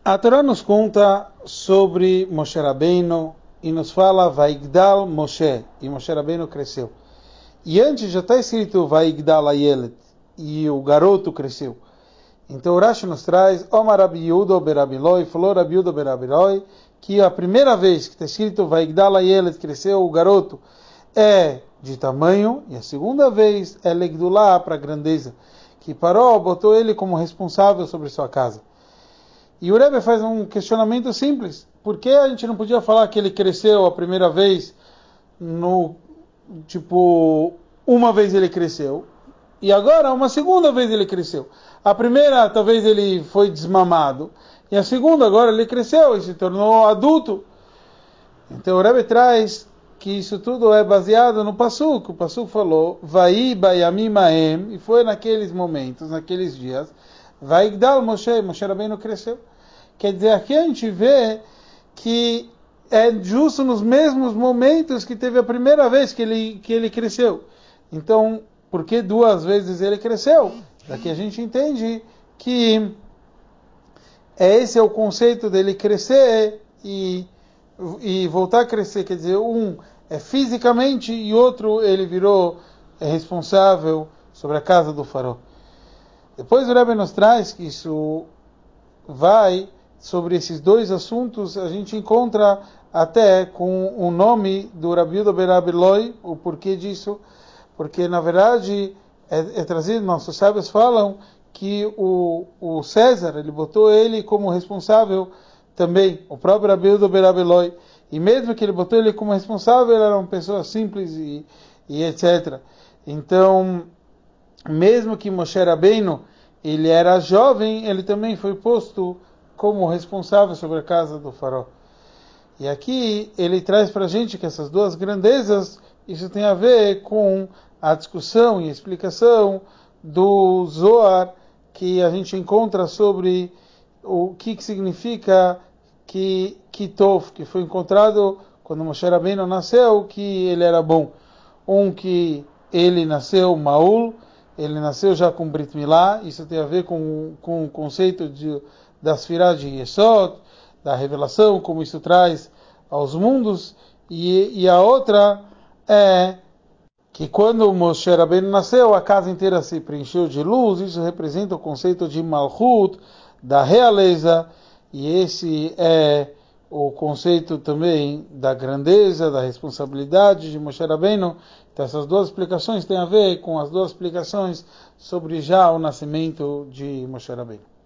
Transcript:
A Torá nos conta sobre Moshe Rabbeinu e nos fala Vaigdal Moshe, e Moshe Rabbeinu cresceu. E antes já está escrito Vaigdal Ayelet, e o garoto cresceu. Então o Rashi nos traz Omar Rabi Yehuda Berabiloi, falou Rabi Yehuda Berabiloi, que a primeira vez que está escrito Vaigdal Ayelet, cresceu o garoto, é de tamanho, e a segunda vez é Legdulá, para a grandeza, que Paró botou ele como responsável sobre sua casa. E o Rebbe faz um questionamento simples. Por que a gente não podia falar que ele cresceu a primeira vez uma vez ele cresceu, e agora uma segunda vez ele cresceu. A primeira, talvez ele foi desmamado, e a segunda, agora ele cresceu e se tornou adulto. Então o Rebbe traz que isso tudo é baseado no Pasuk. O Pasuk falou, Vai bayamim ahem, e foi naqueles momentos, naqueles dias, Vaigdal Moshe, Moshe Rabbeinu cresceu. Quer dizer, aqui a gente vê que é justo nos mesmos momentos que teve a primeira vez que ele cresceu. Então, por que duas vezes ele cresceu? Daqui a gente entende que esse é o conceito dele crescer e voltar a crescer. Quer dizer, um é fisicamente e outro ele virou responsável sobre a casa do faraó. Depois o Rebbe nos traz que isso vai sobre esses dois assuntos, a gente encontra até com o nome do Rabi Yehuda Berabiloi, o porquê disso, porque na verdade é trazido, nossos sábios falam que o César, ele botou ele como responsável também, o próprio Rabi Yehuda Berabiloi, e mesmo que ele botou ele como responsável, ele era uma pessoa simples e etc. Então, mesmo que Moshe Rabbeinu ele era jovem, ele também foi posto como responsável sobre a casa do faraó. E aqui ele traz para a gente que essas duas grandezas, isso tem a ver com a discussão e a explicação do Zohar, que a gente encontra sobre o que significa Kitov, que foi encontrado quando Moshe Rabbeinu nasceu, que ele era bom. Que ele nasceu Maul, ele nasceu já com Brit Milá, isso tem a ver com o conceito da Sfirá de Yesod, da revelação, como isso traz aos mundos, e a outra é que quando Moshe Rabbeinu nasceu, a casa inteira se preencheu de luz, isso representa o conceito de Malchut, da realeza, e esse é o conceito também da grandeza, da responsabilidade de Moshe Rabbeinu. Então essas duas explicações têm a ver com as duas explicações sobre já o nascimento de Moshe Rabbeinu.